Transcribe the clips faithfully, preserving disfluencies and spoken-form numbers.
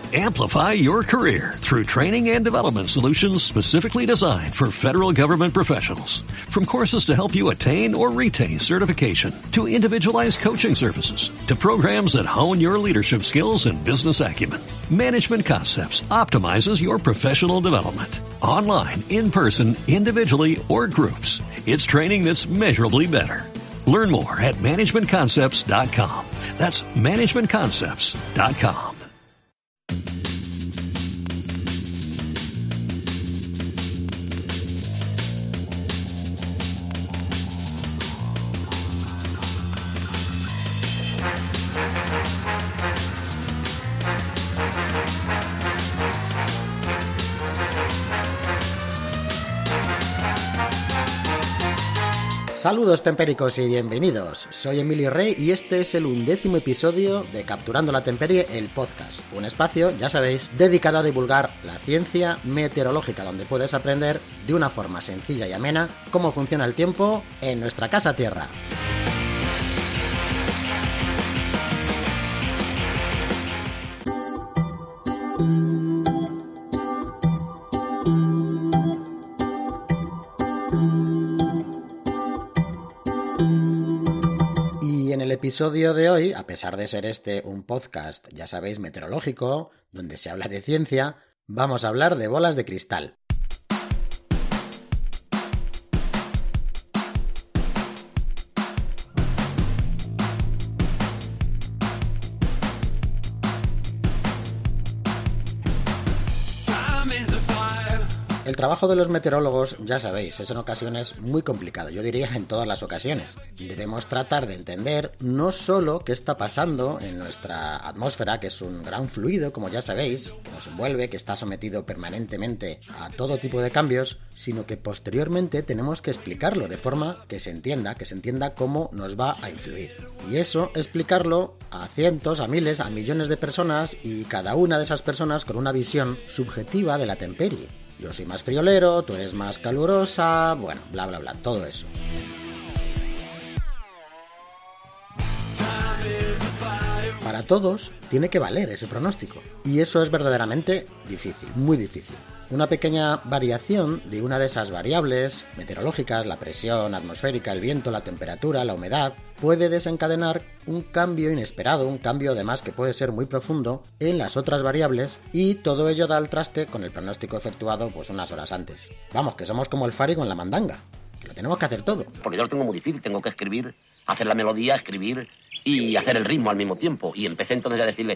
Amplify your career through training and development solutions specifically designed for federal government professionals. From courses to help you attain or retain certification, to individualized coaching services, to programs that hone your leadership skills and business acumen, Management Concepts optimizes your professional development. Online, in person, individually, or groups, it's training that's measurably better. Learn more at management concepts dot com. That's management concepts dot com. Saludos tempéricos y bienvenidos, soy Emilio Rey y este es el undécimo episodio de Capturando la Temperie, el podcast, un espacio, ya sabéis, dedicado a divulgar la ciencia meteorológica donde puedes aprender de una forma sencilla y amena cómo funciona el tiempo en nuestra casa tierra. En el episodio de hoy, a pesar de ser este un podcast, ya sabéis, meteorológico, donde se habla de ciencia, vamos a hablar de bolas de cristal. El trabajo de los meteorólogos, ya sabéis, es en ocasiones muy complicado, yo diría en todas las ocasiones. Debemos tratar de entender no solo qué está pasando en nuestra atmósfera, que es un gran fluido, como ya sabéis, que nos envuelve, que está sometido permanentemente a todo tipo de cambios, sino que posteriormente tenemos que explicarlo de forma que se entienda, que se entienda cómo nos va a influir. Y eso, explicarlo a cientos, a miles, a millones de personas y cada una de esas personas con una visión subjetiva de la temperie. Yo soy más friolero, tú eres más calurosa, bueno, bla bla bla, todo eso. Para todos tiene que valer ese pronóstico, y eso es verdaderamente difícil, muy difícil. Una pequeña variación de una de esas variables meteorológicas, la presión atmosférica, el viento, la temperatura, la humedad, puede desencadenar un cambio inesperado, un cambio además que puede ser muy profundo en las otras variables y todo ello da al traste con el pronóstico efectuado pues unas horas antes. Vamos, que somos como el Fari con la mandanga, que lo tenemos que hacer todo. Porque yo lo tengo muy difícil, tengo que escribir, hacer la melodía, escribir y hacer el ritmo al mismo tiempo. Y empecé entonces a decirle...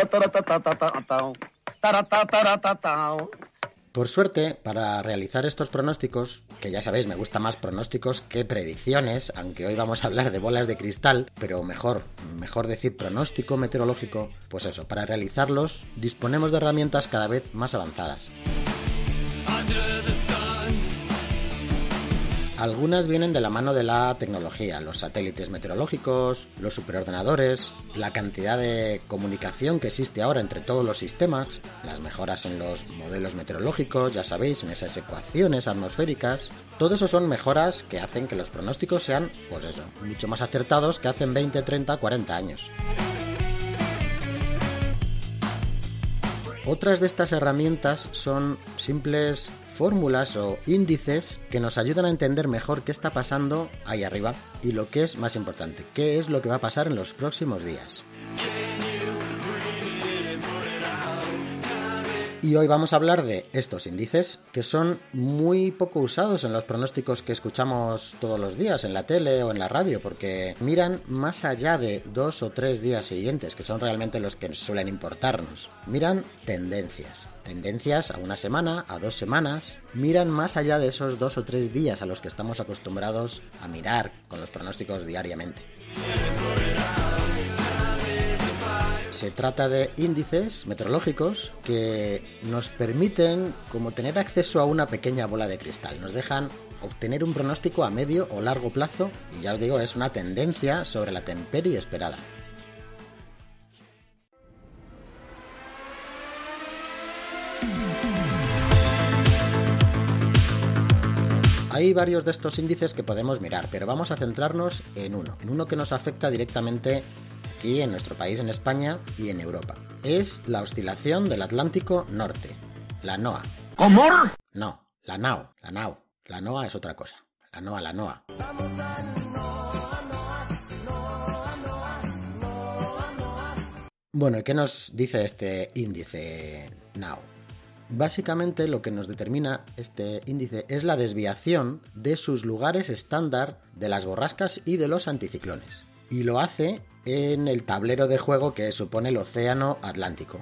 Por suerte, para realizar estos pronósticos, que ya sabéis, me gusta más pronósticos que predicciones, aunque hoy vamos a hablar de bolas de cristal, pero mejor, mejor decir pronóstico meteorológico, pues eso, para realizarlos disponemos de herramientas cada vez más avanzadas. Algunas vienen de la mano de la tecnología, los satélites meteorológicos, los superordenadores, la cantidad de comunicación que existe ahora entre todos los sistemas, las mejoras en los modelos meteorológicos, ya sabéis, en esas ecuaciones atmosféricas. Todo eso son mejoras que hacen que los pronósticos sean, pues eso, mucho más acertados que hace veinte, treinta, cuarenta años. Otras de estas herramientas son simples fórmulas o índices que nos ayudan a entender mejor qué está pasando ahí arriba y lo que es más importante, qué es lo que va a pasar en los próximos días. Y hoy vamos a hablar de estos índices que son muy poco usados en los pronósticos que escuchamos todos los días en la tele o en la radio, porque miran más allá de dos o tres días siguientes, que son realmente los que suelen importarnos. Miran tendencias. Tendencias a una semana, a dos semanas, miran más allá de esos dos o tres días a los que estamos acostumbrados a mirar con los pronósticos diariamente. Se trata de índices meteorológicos que nos permiten como tener acceso a una pequeña bola de cristal, nos dejan obtener un pronóstico a medio o largo plazo y ya os digo, es una tendencia sobre la temperie esperada. Hay varios de estos índices que podemos mirar, pero vamos a centrarnos en uno, en uno que nos afecta directamente aquí en nuestro país, en España y en Europa. Es la oscilación del Atlántico Norte, la NOA. ¿Cómo? No, la NAO, la NAO. La NOA es otra cosa. La NOA, la NOA. Bueno, ¿y qué nos dice este índice NAO? Básicamente lo que nos determina este índice es la desviación de sus lugares estándar de las borrascas y de los anticiclones. Y lo hace en el tablero de juego que supone el Océano Atlántico.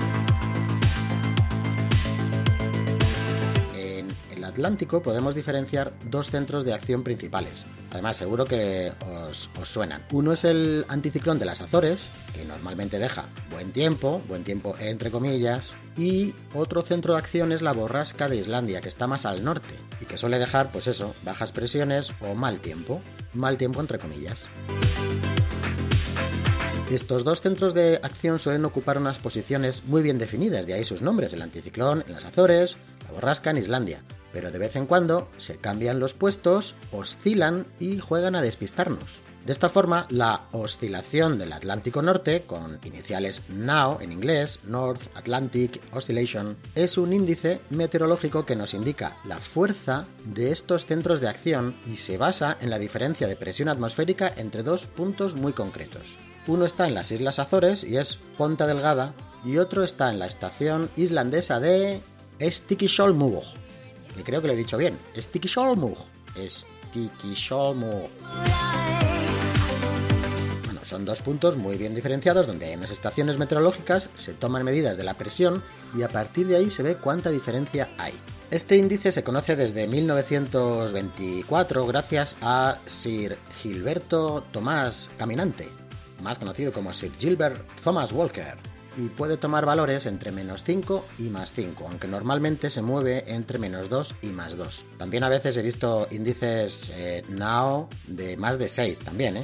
En el Atlántico podemos diferenciar dos centros de acción principales. Además, seguro que os, os suenan. Uno es el anticiclón de las Azores, que normalmente deja buen tiempo, buen tiempo entre comillas, y otro centro de acción es la borrasca de Islandia, que está más al norte, y que suele dejar, pues eso, bajas presiones o mal tiempo. Mal tiempo entre comillas. Estos dos centros de acción suelen ocupar unas posiciones muy bien definidas, de ahí sus nombres, el anticiclón en las Azores, la borrasca en Islandia. Pero de vez en cuando se cambian los puestos, oscilan y juegan a despistarnos. De esta forma, la oscilación del Atlántico Norte, con iniciales NAO en inglés, North Atlantic Oscillation, es un índice meteorológico que nos indica la fuerza de estos centros de acción y se basa en la diferencia de presión atmosférica entre dos puntos muy concretos. Uno está en las Islas Azores y es Ponta Delgada, y otro está en la estación islandesa de Stykkishólmur. Y creo que lo he dicho bien. Stykkishólmur. Stykkishólmur. Bueno, son dos puntos muy bien diferenciados donde en las estaciones meteorológicas se toman medidas de la presión y a partir de ahí se ve cuánta diferencia hay. Este índice se conoce desde mil novecientos veinticuatro gracias a Sir Gilberto Tomás Caminante, más conocido como Sir Gilbert Thomas Walker, y puede tomar valores entre menos cinco y más cinco, aunque normalmente se mueve entre menos dos y más dos. También a veces he visto índices eh, NAO de más de seis también, ¿eh?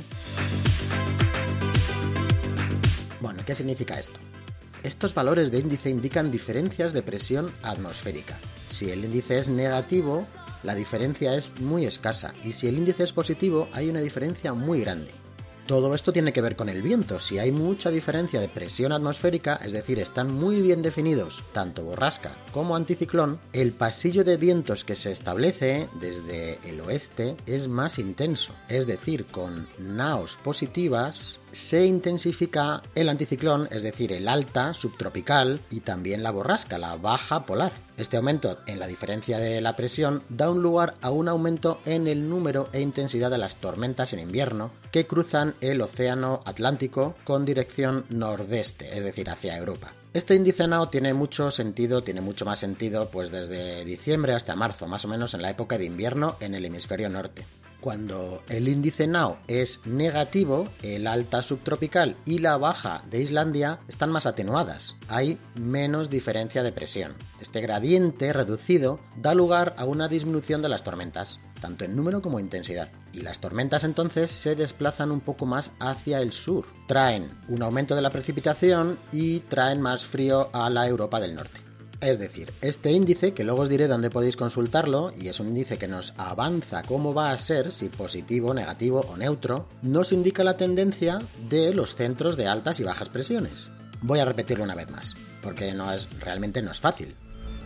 Bueno, ¿qué significa esto? Estos valores de índice indican diferencias de presión atmosférica. Si el índice es negativo, la diferencia es muy escasa, y si el índice es positivo, hay una diferencia muy grande. Todo esto tiene que ver con el viento. Si hay mucha diferencia de presión atmosférica, es decir, están muy bien definidos tanto borrasca como anticiclón, el pasillo de vientos que se establece desde el oeste es más intenso. Es decir, con NAOs positivas se intensifica el anticiclón, es decir, el alta subtropical, y también la borrasca, la baja polar. Este aumento en la diferencia de la presión da un lugar a un aumento en el número e intensidad de las tormentas en invierno que cruzan el Océano Atlántico con dirección nordeste, es decir, hacia Europa. Este índice NAO tiene mucho sentido, tiene mucho más sentido pues desde diciembre hasta marzo, más o menos en la época de invierno en el hemisferio norte. Cuando el índice NAO es negativo, el alta subtropical y la baja de Islandia están más atenuadas. Hay menos diferencia de presión. Este gradiente reducido da lugar a una disminución de las tormentas, tanto en número como intensidad. Y las tormentas entonces se desplazan un poco más hacia el sur. Traen un aumento de la precipitación y traen más frío a la Europa del norte. Es decir, este índice, que luego os diré dónde podéis consultarlo, y es un índice que nos avanza cómo va a ser, si positivo, negativo o neutro, nos indica la tendencia de los centros de altas y bajas presiones. Voy a repetirlo una vez más, porque no es, realmente no es fácil.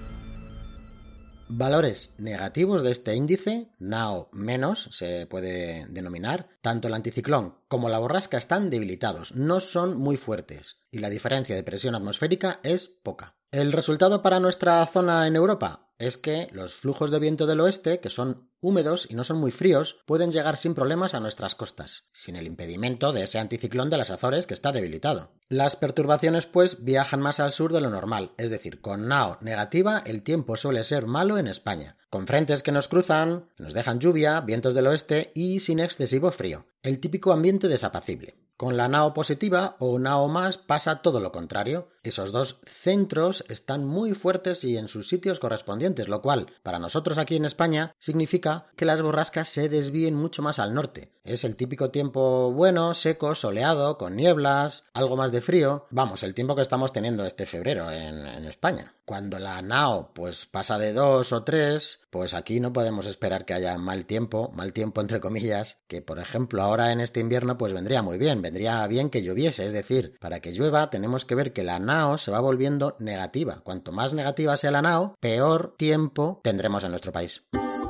Valores negativos de este índice, NAO menos, se puede denominar, tanto el anticiclón como la borrasca están debilitados, no son muy fuertes, y la diferencia de presión atmosférica es poca. El resultado para nuestra zona en Europa es que los flujos de viento del oeste, que son húmedos y no son muy fríos, pueden llegar sin problemas a nuestras costas, sin el impedimento de ese anticiclón de las Azores que está debilitado. Las perturbaciones, pues, viajan más al sur de lo normal, es decir, con NAO negativa el tiempo suele ser malo en España, con frentes que nos cruzan, que nos dejan lluvia, vientos del oeste y sin excesivo frío, el típico ambiente desapacible. Con la NAO positiva o NAO más pasa todo lo contrario. Esos dos centros están muy fuertes y en sus sitios correspondientes, lo cual, para nosotros aquí en España, significa que las borrascas se desvíen mucho más al norte. Es el típico tiempo bueno, seco, soleado, con nieblas, algo más de frío. Vamos, el tiempo que estamos teniendo este febrero en, en España. Cuando la nao pues pasa de dos o tres, pues aquí no podemos esperar que haya mal tiempo, mal tiempo entre comillas, que por ejemplo ahora en este invierno pues vendría muy bien, vendría bien que lloviese, es decir, para que llueva tenemos que ver que la nao se va volviendo negativa. Cuanto más negativa sea la nao, peor tiempo tendremos en nuestro país.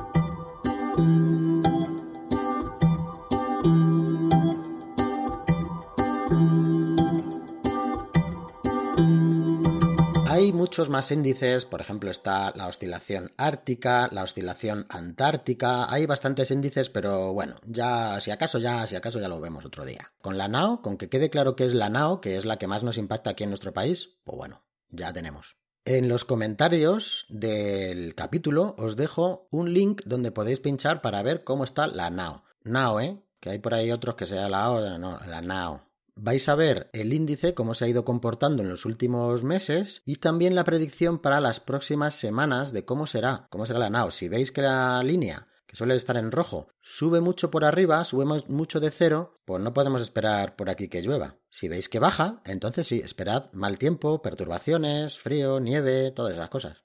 Hay muchos más índices, por ejemplo está la oscilación ártica, la oscilación antártica, hay bastantes índices, pero bueno, ya si acaso ya, si acaso ya lo vemos otro día. Con la nao, con que quede claro que es la nao, que es la que más nos impacta aquí en nuestro país, pues bueno, ya tenemos. En los comentarios del capítulo os dejo un link donde podéis pinchar para ver cómo está la nao. Nao, ¿eh? Que hay por ahí otros que sea la O, no, la nao. Vais a ver el índice, cómo se ha ido comportando en los últimos meses y también la predicción para las próximas semanas de cómo será, cómo será la nao. Si veis que la línea, que suele estar en rojo, sube mucho por arriba, sube mucho de cero, pues no podemos esperar por aquí que llueva. Si veis que baja, entonces sí, esperad mal tiempo, perturbaciones, frío, nieve, todas esas cosas.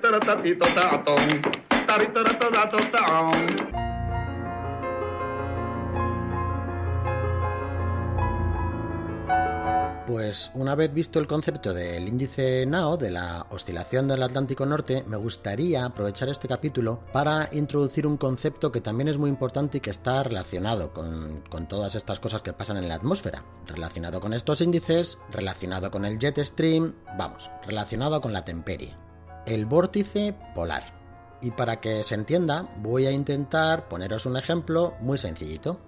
Pues una vez visto el concepto del índice nao, de la oscilación del Atlántico Norte, me gustaría aprovechar este capítulo para introducir un concepto que también es muy importante y que está relacionado con, con todas estas cosas que pasan en la atmósfera. Relacionado con estos índices, relacionado con el jet stream, vamos, relacionado con la temperie. El vórtice polar. Y para que se entienda, voy a intentar poneros un ejemplo muy sencillito.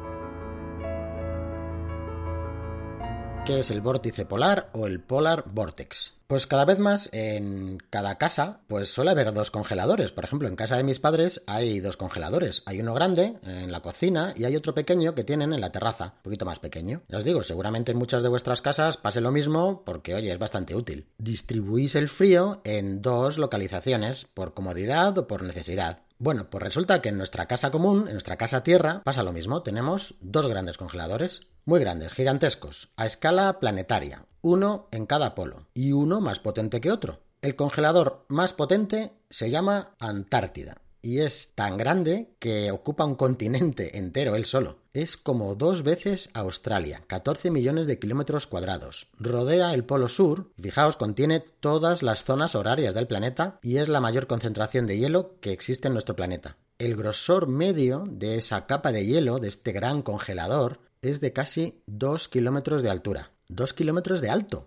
¿Qué es el vórtice polar o el polar vortex? Pues cada vez más en cada casa pues suele haber dos congeladores. Por ejemplo, en casa de mis padres hay dos congeladores. Hay uno grande en la cocina y hay otro pequeño que tienen en la terraza, un poquito más pequeño. Ya os digo, seguramente en muchas de vuestras casas pase lo mismo porque, oye, es bastante útil. Distribuís el frío en dos localizaciones, por comodidad o por necesidad. Bueno, pues resulta que en nuestra casa común, en nuestra casa tierra, pasa lo mismo. Tenemos dos grandes congeladores, muy grandes, gigantescos, a escala planetaria, uno en cada polo y uno más potente que otro. El congelador más potente se llama Antártida y es tan grande que ocupa un continente entero él solo. Es como dos veces Australia, catorce millones de kilómetros cuadrados. Rodea el polo sur, fijaos, contiene todas las zonas horarias del planeta y es la mayor concentración de hielo que existe en nuestro planeta. El grosor medio de esa capa de hielo, de este gran congelador, es de casi dos kilómetros de altura. dos kilómetros de alto.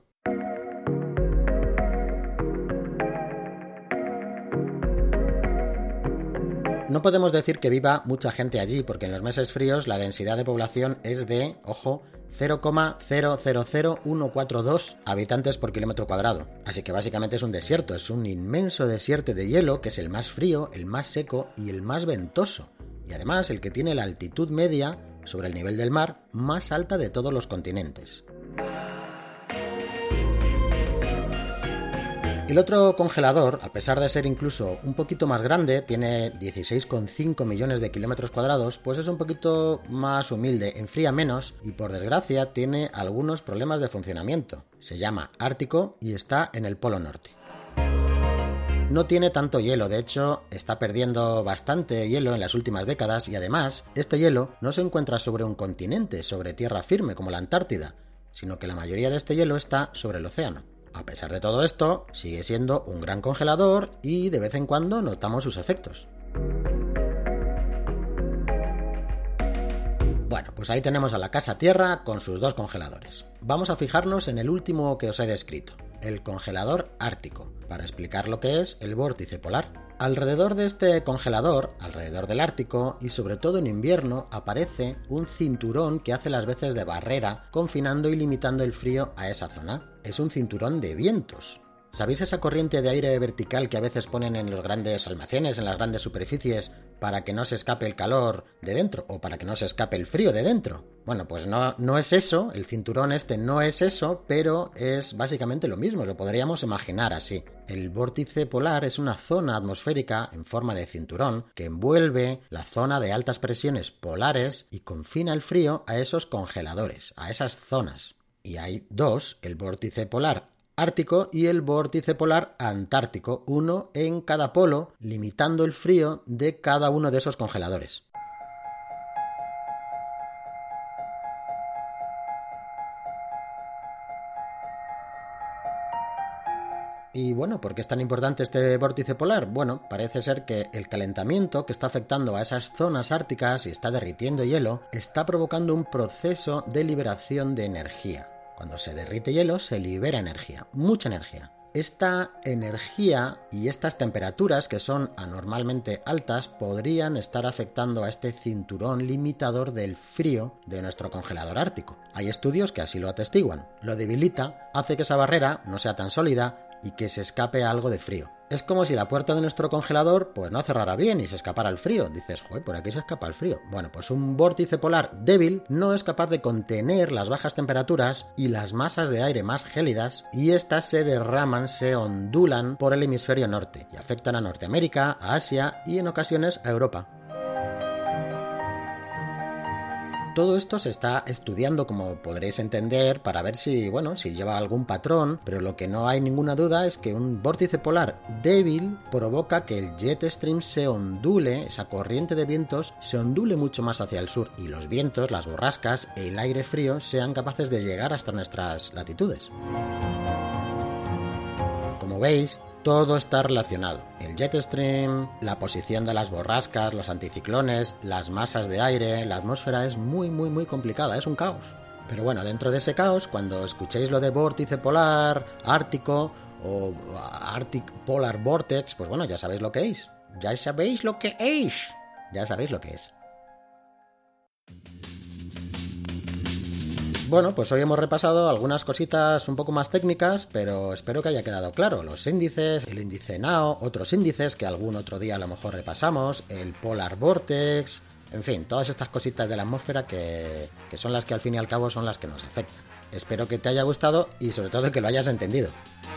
No podemos decir que viva mucha gente allí, porque en los meses fríos la densidad de población es de, ojo, cero coma cero cero cero uno cuatro dos habitantes por kilómetro cuadrado. Así que básicamente es un desierto, es un inmenso desierto de hielo que es el más frío, el más seco y el más ventoso. Y además el que tiene la altitud media sobre el nivel del mar más alta de todos los continentes. El otro congelador, a pesar de ser incluso un poquito más grande, tiene dieciséis coma cinco millones de kilómetros cuadrados, pues es un poquito más humilde, enfría menos y por desgracia tiene algunos problemas de funcionamiento. Se llama Ártico y está en el Polo Norte. No tiene tanto hielo, de hecho está perdiendo bastante hielo en las últimas décadas y además este hielo no se encuentra sobre un continente, sobre tierra firme como la Antártida, sino que la mayoría de este hielo está sobre el océano. A pesar de todo esto, sigue siendo un gran congelador y de vez en cuando notamos sus efectos. Bueno, pues ahí tenemos a la casa tierra con sus dos congeladores. Vamos a fijarnos en el último que os he descrito, el congelador ártico, para explicar lo que es el vórtice polar. Alrededor de este congelador, alrededor del Ártico y sobre todo en invierno, aparece un cinturón que hace las veces de barrera, confinando y limitando el frío a esa zona. Es un cinturón de vientos. ¿Sabéis esa corriente de aire vertical que a veces ponen en los grandes almacenes, en las grandes superficies, para que no se escape el calor de dentro o para que no se escape el frío de dentro? Bueno, pues no, no es eso, el cinturón este no es eso, pero es básicamente lo mismo, lo podríamos imaginar así. El vórtice polar es una zona atmosférica en forma de cinturón que envuelve la zona de altas presiones polares y confina el frío a esos congeladores, a esas zonas. Y hay dos, el vórtice polar ártico y el vórtice polar antártico, uno en cada polo, limitando el frío de cada uno de esos congeladores. Y bueno, ¿por qué es tan importante este vórtice polar? Bueno, parece ser que el calentamiento que está afectando a esas zonas árticas y está derritiendo hielo, está provocando un proceso de liberación de energía. Cuando se derrite hielo, se libera energía, mucha energía. Esta energía y estas temperaturas, que son anormalmente altas, podrían estar afectando a este cinturón limitador del frío de nuestro congelador ártico. Hay estudios que así lo atestiguan. Lo debilita, hace que esa barrera no sea tan sólida y que se escape algo de frío. Es como si la puerta de nuestro congelador pues no cerrara bien y se escapara el frío. Dices, joder, por aquí se escapa el frío. Bueno, pues un vórtice polar débil no es capaz de contener las bajas temperaturas y las masas de aire más gélidas, y estas se derraman, se ondulan por el hemisferio norte y afectan a Norteamérica, a Asia y en ocasiones a Europa. Todo esto se está estudiando, como podréis entender, para ver si, bueno, si lleva algún patrón, pero lo que no hay ninguna duda es que un vórtice polar débil provoca que el jet stream se ondule, esa corriente de vientos se ondule mucho más hacia el sur y los vientos, las borrascas, el aire frío sean capaces de llegar hasta nuestras latitudes. Como veis, todo está relacionado. El jet stream, la posición de las borrascas, los anticiclones, las masas de aire, la atmósfera es muy, muy, muy complicada, es un caos. Pero bueno, dentro de ese caos, cuando escuchéis lo de vórtice polar, ártico o Arctic Polar Vortex, pues bueno, ya sabéis lo que es. Ya sabéis lo que es. Ya sabéis lo que es. Bueno, pues hoy hemos repasado algunas cositas un poco más técnicas, pero espero que haya quedado claro. Los índices, el índice N A O, otros índices que algún otro día a lo mejor repasamos, el Polar Vortex, en fin, todas estas cositas de la atmósfera que, que son las que al fin y al cabo son las que nos afectan. Espero que te haya gustado y sobre todo que lo hayas entendido.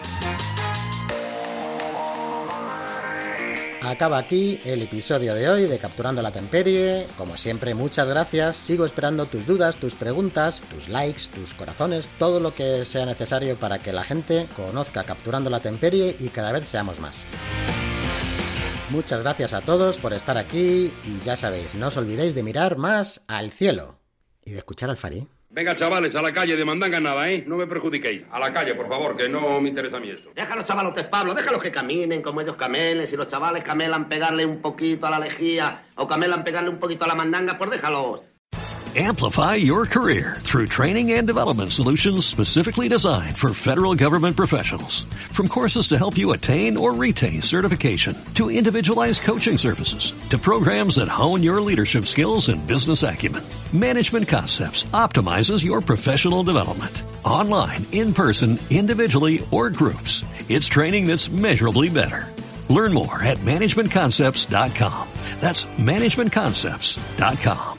Acaba aquí el episodio de hoy de Capturando la Temperie. Como siempre, muchas gracias. Sigo esperando tus dudas, tus preguntas, tus likes, tus corazones, todo lo que sea necesario para que la gente conozca Capturando la Temperie y cada vez seamos más. Muchas gracias a todos por estar aquí y ya sabéis, no os olvidéis de mirar más al cielo y de escuchar al Fari. Venga, chavales, a la calle, de mandanga nada, ¿eh? No me perjudiquéis. A la calle, por favor, que no me interesa a mí esto. Déjalos, chavalotes, Pablo, déjalos que caminen como ellos camelen. Si los chavales camelan pegarle un poquito a la lejía o camelan pegarle un poquito a la mandanga, pues déjalos. Amplify your career through training and development solutions specifically designed for federal government professionals. From courses to help you attain or retain certification, to individualized coaching services, to programs that hone your leadership skills and business acumen, Management Concepts optimizes your professional development. Online, in person, individually, or groups, it's training that's measurably better. Learn more at management concepts dot com. That's management concepts dot com.